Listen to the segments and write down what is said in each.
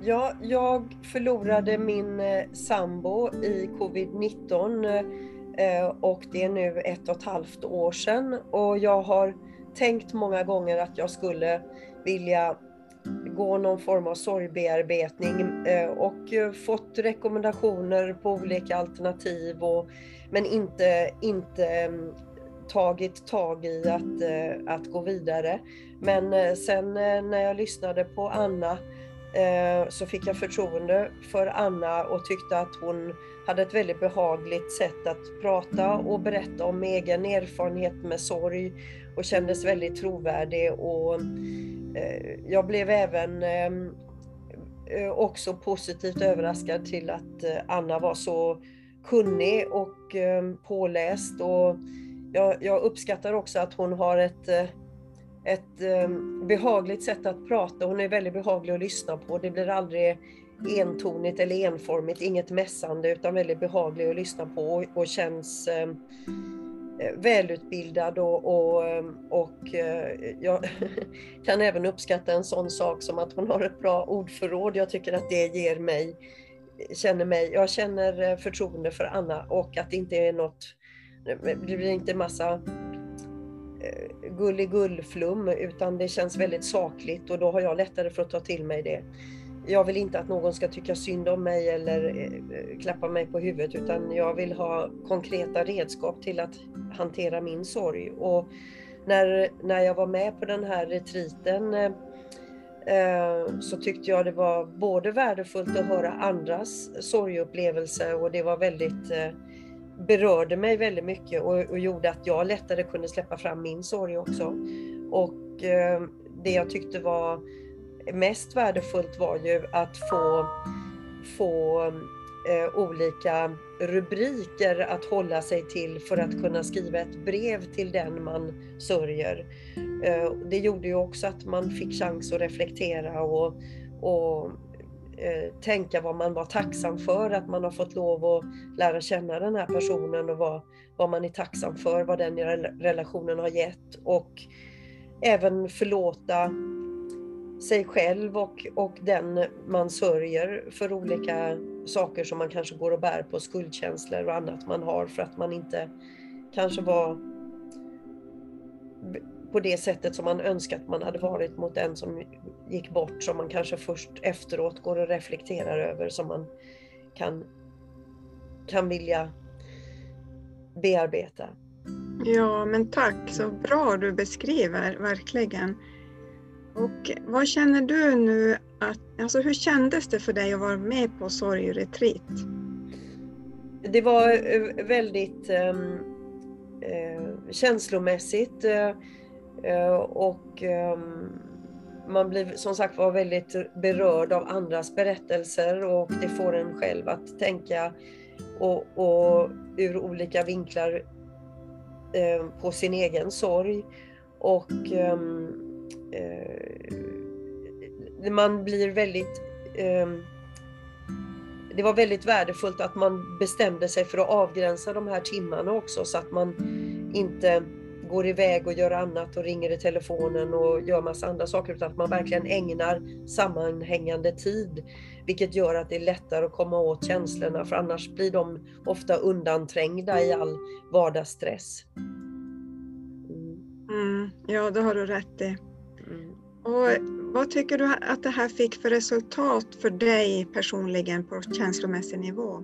Ja, jag förlorade min sambo i covid-19 och det är nu 1,5 år sedan. Och jag har tänkt många gånger att jag skulle vilja gå någon form av sorgbearbetning och fått rekommendationer på olika alternativ men inte tagit tag i att gå vidare. Men sen när jag lyssnade på Anna så fick jag förtroende för Anna och tyckte att hon hade ett väldigt behagligt sätt att prata och berätta om egen erfarenhet med sorg och kändes väldigt trovärdig. Och jag blev även också positivt överraskad till att Anna var så kunnig och påläst. Och jag uppskattar också att hon har ett behagligt sätt att prata. Hon är väldigt behaglig att lyssna på. Det blir aldrig entonigt eller enformigt, inget mässande, utan väldigt behaglig att lyssna på och känns välutbildad och jag kan även uppskatta en sån sak som att hon har ett bra ordförråd. Jag tycker att det ger mig, jag känner förtroende för Anna, och att det inte är något, det blir inte massa gullflum, utan det känns väldigt sakligt, och då har jag lättare för att ta till mig det. Jag vill inte att någon ska tycka synd om mig eller klappa mig på huvudet, utan jag vill ha konkreta redskap till att hantera min sorg. Och när jag var med på den här retriten så tyckte jag det var både värdefullt att höra andras sorgupplevelse, och det var väldigt berörde mig väldigt mycket och gjorde att jag lättare kunde släppa fram min sorg också. Och det jag tyckte var mest värdefullt var ju att få olika rubriker att hålla sig till för att kunna skriva ett brev till den man sörjer. Det gjorde ju också att man fick chans att reflektera och tänka vad man var tacksam för, att man har fått lov att lära känna den här personen, och vad man är tacksam för, vad den relationen har gett, och även förlåta sig själv och den man sörjer för olika saker som man kanske går och bär på, skuldkänslor och annat man har för att man inte kanske var på det sättet som man önskat man hade varit mot den som gick bort, som man kanske först efteråt går och reflekterar över, som man kan vilja bearbeta. Ja, men tack, så bra du beskriver, verkligen. Och vad känner du nu, alltså hur kändes det för dig att vara med på sorgretreat? Det var väldigt känslomässigt och man blir som sagt var väldigt berörd av andras berättelser, och det får en själv att tänka och ur olika vinklar på sin egen sorg, och man blir väldigt det var väldigt värdefullt att man bestämde sig för att avgränsa de här timmarna också, så att man inte går iväg och gör annat och ringer i telefonen och gör massa andra saker, utan att man verkligen ägnar sammanhängande tid, vilket gör att det är lättare att komma åt känslorna, för annars blir de ofta undanträngda i all vardagsstress. Ja, det har du rätt i. Och vad tycker du att det här fick för resultat för dig personligen på känslomässig nivå?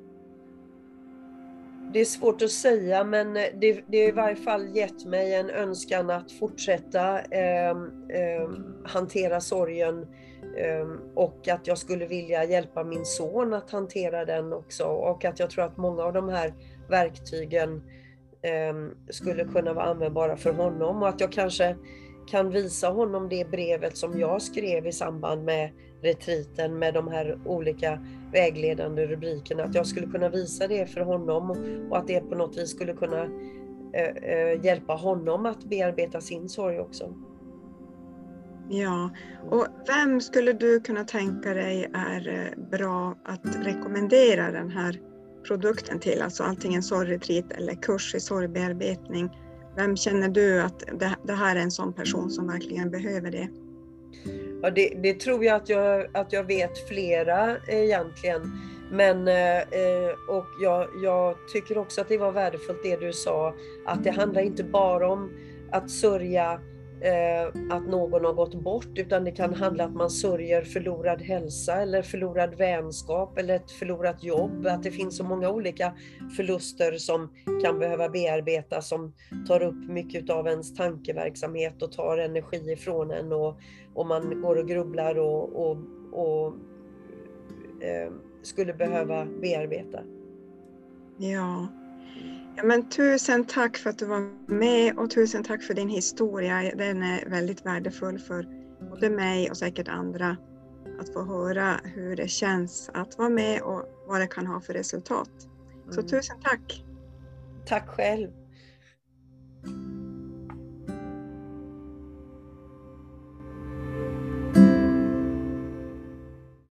Det är svårt att säga, men det har i varje fall gett mig en önskan att fortsätta hantera sorgen, och att jag skulle vilja hjälpa min son att hantera den också, och att jag tror att många av de här verktygen skulle kunna vara användbara för honom, och att jag kanske kan visa honom det brevet som jag skrev i samband med retriten med de här olika vägledande rubrikerna, att jag skulle kunna visa det för honom, och att det på något vis skulle kunna hjälpa honom att bearbeta sin sorg också. Ja, och vem skulle du kunna tänka dig är bra att rekommendera den här produkten till, alltså antingen sorgretreat eller kurs i sorgbearbetning? Vem känner du att det här är en sån person som verkligen behöver det? Ja, det tror jag att jag vet flera egentligen. Men, och jag tycker också att det var värdefullt det du sa, att det handlar inte bara om att sörja att någon har gått bort, utan det kan handla om att man sörjer förlorad hälsa eller förlorad vänskap eller ett förlorat jobb. Att det finns så många olika förluster som kan behöva bearbetas, som tar upp mycket av ens tankeverksamhet och tar energi ifrån en, och man går och grubblar och skulle behöva bearbeta. Ja. Ja, men tusen tack för att du var med och tusen tack för din historia. Den är väldigt värdefull för både mig och säkert andra att få höra hur det känns att vara med och vad det kan ha för resultat. Så tusen tack! Tack själv!